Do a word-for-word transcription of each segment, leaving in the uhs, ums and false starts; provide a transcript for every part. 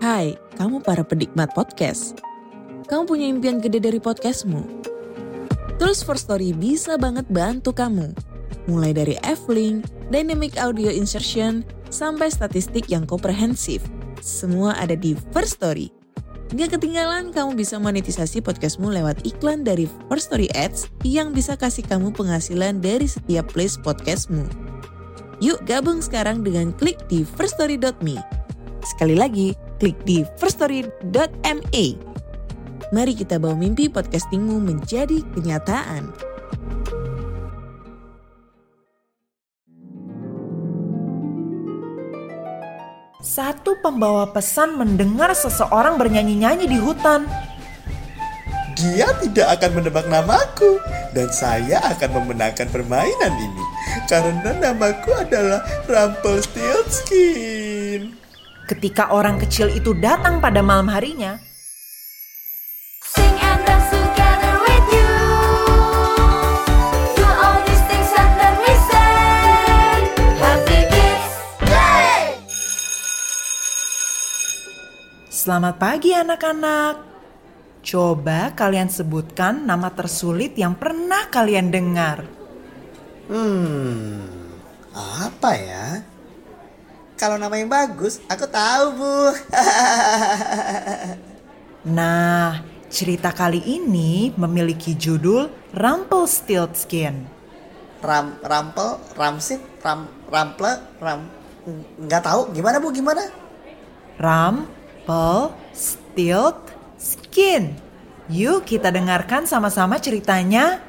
Hai, kamu para penikmat podcast. Kamu punya impian gede dari podcastmu? Terus First Story bisa banget bantu kamu. Mulai dari F-Link, Dynamic Audio Insertion, sampai statistik yang komprehensif. Semua ada di First Story. Gak ketinggalan kamu bisa monetisasi podcastmu lewat iklan dari First Story Ads yang bisa kasih kamu penghasilan dari setiap place podcastmu. Yuk gabung sekarang dengan klik di first story dot me. Sekali lagi, klik di first story dot me. Mari kita bawa mimpi podcastingmu menjadi kenyataan. Satu pembawa pesan mendengar seseorang bernyanyi-nyanyi di hutan. Dia tidak akan menebak namaku dan saya akan memenangkan permainan ini karena namaku adalah Rumpelstiltskin. Ketika orang kecil itu datang pada malam harinya, selamat pagi anak-anak. Coba kalian sebutkan nama tersulit yang pernah kalian dengar. Hmm, apa ya? Kalau nama yang bagus, aku tahu, Bu. Nah, cerita kali ini memiliki judul Rumpelstiltskin. Ram, rampel, ramsit, ram, rample, ram, nggak tahu. Gimana, Bu? Gimana? Rumpelstiltskin. Yuk kita dengarkan sama-sama ceritanya.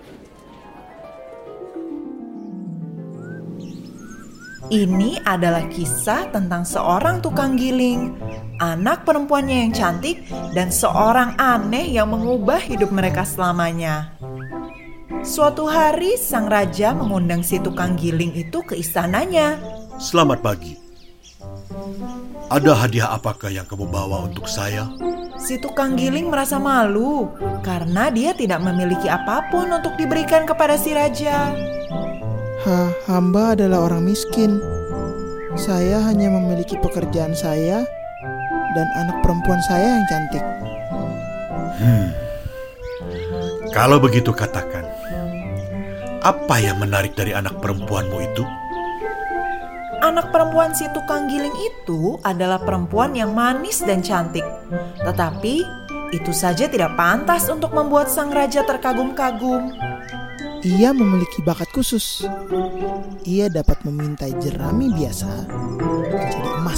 Ini adalah kisah tentang seorang tukang giling, anak perempuannya yang cantik, dan seorang aneh yang mengubah hidup mereka selamanya. Suatu hari sang raja mengundang si tukang giling itu ke istananya. Selamat pagi. Ada hadiah apakah yang kamu bawa untuk saya? Si tukang giling merasa malu karena dia tidak memiliki apapun untuk diberikan kepada si raja. Ha, hamba adalah orang miskin. Saya hanya memiliki pekerjaan saya dan anak perempuan saya yang cantik. Hmm. Kalau begitu katakan, apa yang menarik dari anak perempuanmu itu? Anak perempuan si tukang giling itu adalah perempuan yang manis dan cantik. Tetapi itu saja tidak pantas untuk membuat sang raja terkagum-kagum. Ia memiliki bakat khusus. Ia dapat memintai jerami biasa menjadi emas.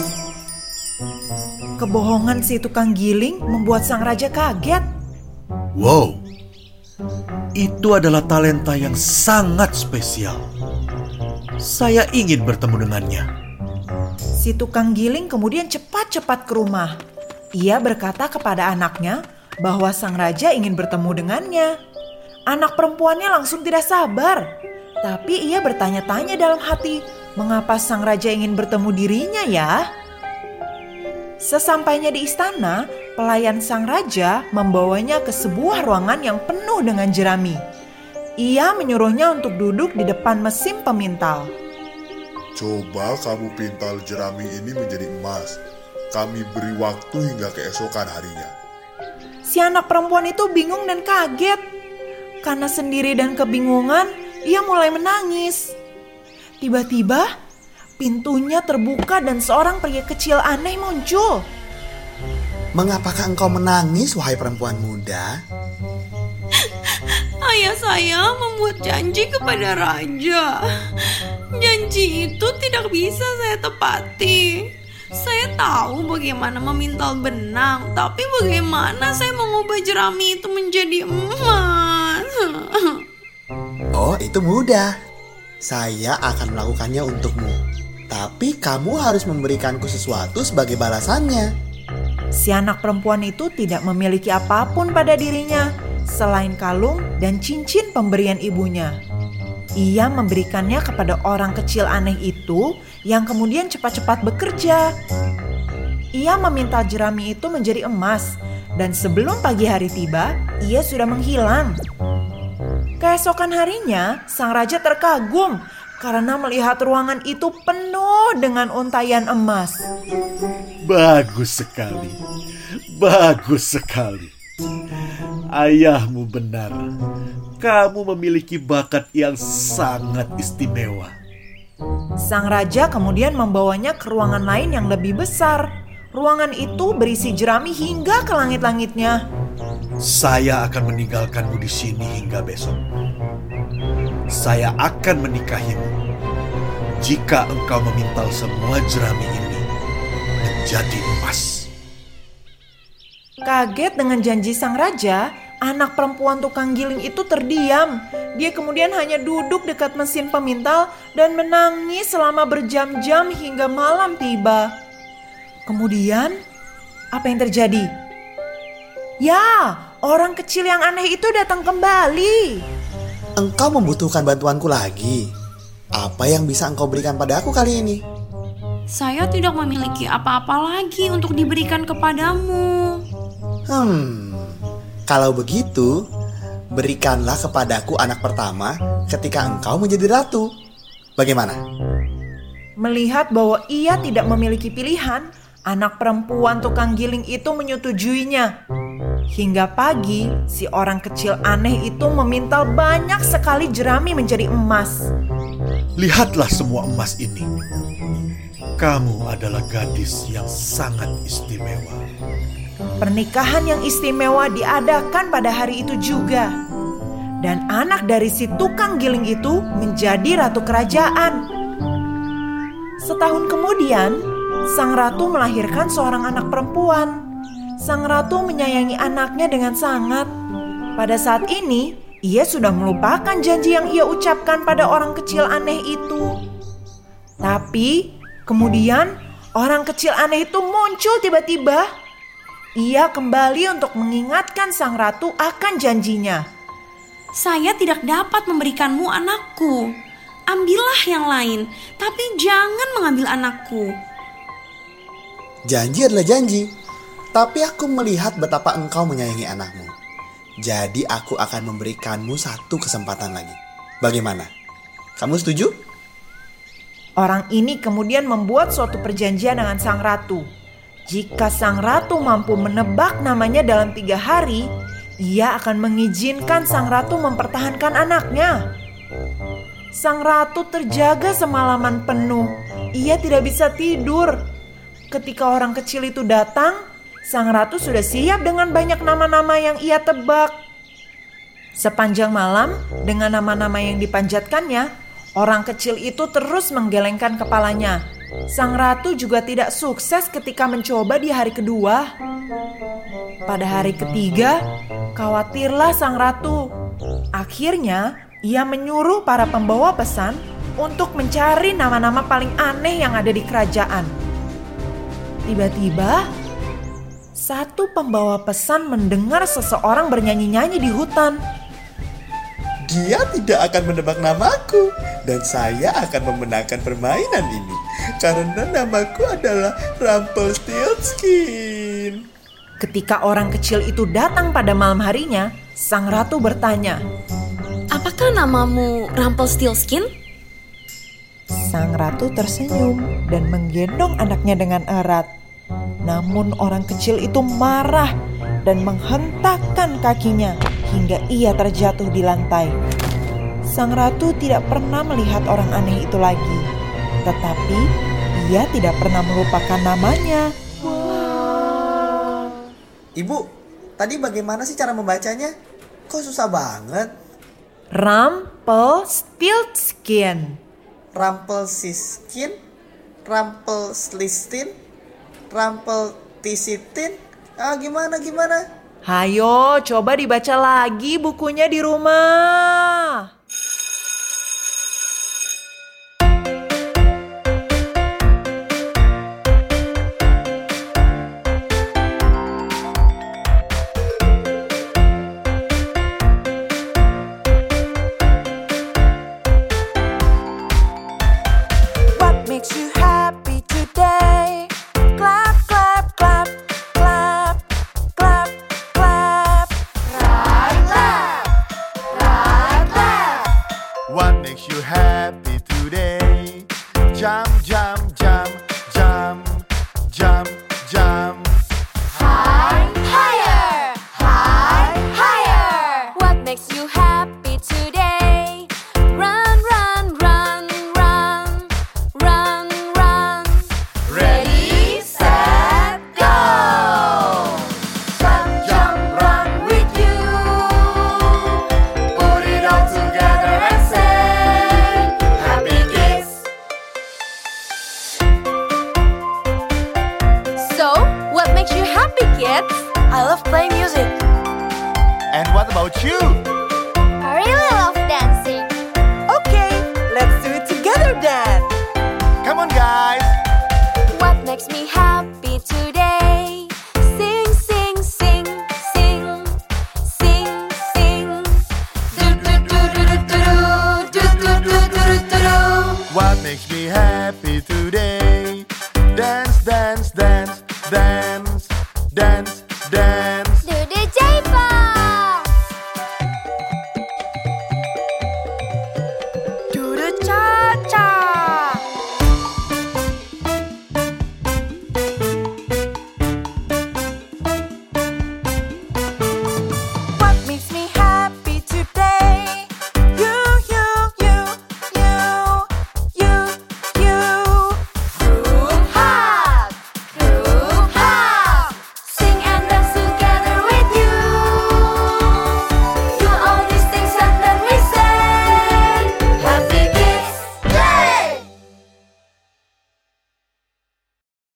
Kebohongan si tukang giling membuat sang raja kaget. Wow, itu adalah talenta yang sangat spesial. Saya ingin bertemu dengannya. Si tukang giling kemudian cepat-cepat ke rumah. Ia berkata kepada anaknya bahwa sang raja ingin bertemu dengannya. Anak perempuannya langsung tidak sabar. Tapi ia bertanya-tanya dalam hati, mengapa sang raja ingin bertemu dirinya ya? Sesampainya di istana, pelayan sang raja membawanya ke sebuah ruangan yang penuh dengan jerami. Ia menyuruhnya untuk duduk di depan mesin pemintal. Coba kamu pintal jerami ini menjadi emas. Kami beri waktu hingga keesokan harinya. Si anak perempuan itu bingung dan kaget. Karena sendiri dan kebingungan, ia mulai menangis. Tiba-tiba, pintunya terbuka dan seorang pria kecil aneh muncul. Mengapakah engkau menangis, wahai perempuan muda? Ayah saya membuat janji kepada raja. Janji itu tidak bisa saya tepati. Saya tahu bagaimana memintal benang, tapi bagaimana saya mengubah jerami itu menjadi emas? Oh, itu mudah. Saya akan melakukannya untukmu. Tapi kamu harus memberikanku sesuatu sebagai balasannya. Si anak perempuan itu tidak memiliki apapun pada dirinya selain kalung dan cincin pemberian ibunya. Ia memberikannya kepada orang kecil aneh itu yang kemudian cepat-cepat bekerja. Ia meminta jerami itu menjadi emas dan sebelum pagi hari tiba, ia sudah menghilang. Keesokan harinya, sang raja terkagum karena melihat ruangan itu penuh dengan untaian emas. Bagus sekali. Bagus sekali. Ayahmu benar. Kamu memiliki bakat yang sangat istimewa. Sang raja kemudian membawanya ke ruangan lain yang lebih besar. Ruangan itu berisi jerami hingga ke langit-langitnya. Saya akan meninggalkanmu di sini hingga besok. Saya akan menikahimu jika engkau memintal semua jerami ini menjadi emas. Kaget dengan janji sang raja, anak perempuan tukang giling itu terdiam. Dia kemudian hanya duduk dekat mesin pemintal dan menangis selama berjam-jam hingga malam tiba. Kemudian, apa yang terjadi? Ya, orang kecil yang aneh itu datang kembali. Engkau membutuhkan bantuanku lagi. Apa yang bisa engkau berikan pada aku kali ini? Saya tidak memiliki apa-apa lagi untuk diberikan kepadamu. Hmm, kalau begitu, berikanlah kepadaku anak pertama ketika engkau menjadi ratu. Bagaimana? Melihat bahwa ia tidak memiliki pilihan, anak perempuan tukang giling itu menyetujuinya. Hingga pagi, si orang kecil aneh itu memintal banyak sekali jerami menjadi emas. Lihatlah semua emas ini. Kamu adalah gadis yang sangat istimewa. Pernikahan yang istimewa diadakan pada hari itu juga. Dan anak dari si tukang giling itu menjadi ratu kerajaan. Setahun kemudian, sang ratu melahirkan seorang anak perempuan. Sang ratu menyayangi anaknya dengan sangat. Pada saat ini, ia sudah melupakan janji yang ia ucapkan pada orang kecil aneh itu. Tapi, kemudian orang kecil aneh itu muncul tiba-tiba. Ia kembali untuk mengingatkan sang ratu akan janjinya. Saya tidak dapat memberikanmu anakku. Ambillah yang lain, tapi jangan mengambil anakku. Janji adalah janji, tapi aku melihat betapa engkau menyayangi anakmu. Jadi aku akan memberikanmu satu kesempatan lagi. Bagaimana? Kamu setuju? Orang ini kemudian membuat suatu perjanjian dengan sang ratu. Jika sang ratu mampu menebak namanya dalam tiga hari, ia akan mengizinkan sang ratu mempertahankan anaknya. Sang ratu terjaga semalaman penuh. Ia tidak bisa tidur. Ketika orang kecil itu datang, sang ratu sudah siap dengan banyak nama-nama yang ia tebak. Sepanjang malam, dengan nama-nama yang dipanjatkannya, orang kecil itu terus menggelengkan kepalanya. Sang ratu juga tidak sukses ketika mencoba di hari kedua. Pada hari ketiga, khawatirlah sang ratu. Akhirnya, ia menyuruh para pembawa pesan untuk mencari nama-nama paling aneh yang ada di kerajaan. Tiba-tiba, satu pembawa pesan mendengar seseorang bernyanyi-nyanyi di hutan. Dia tidak akan menebak namaku, dan saya akan memenangkan permainan ini. Karena namaku adalah Rumpelstiltskin. Ketika orang kecil itu datang pada malam harinya, sang ratu bertanya, Apakah namamu Rumpelstiltskin? Sang ratu tersenyum dan menggendong anaknya dengan erat. Namun orang kecil itu marah dan menghentakkan kakinya hingga ia terjatuh di lantai. Sang ratu tidak pernah melihat orang aneh itu lagi, tetapi ia tidak pernah melupakan namanya. Ibu, tadi bagaimana sih cara membacanya? Kok susah banget? Rumpelstiltskin. Rumpelstiltskin, Rumpelstiltskin, Rumpeltisitin. Ah, gimana gimana? Hayo, coba dibaca lagi bukunya di rumah. happy, kids. I love playing music. And what about you?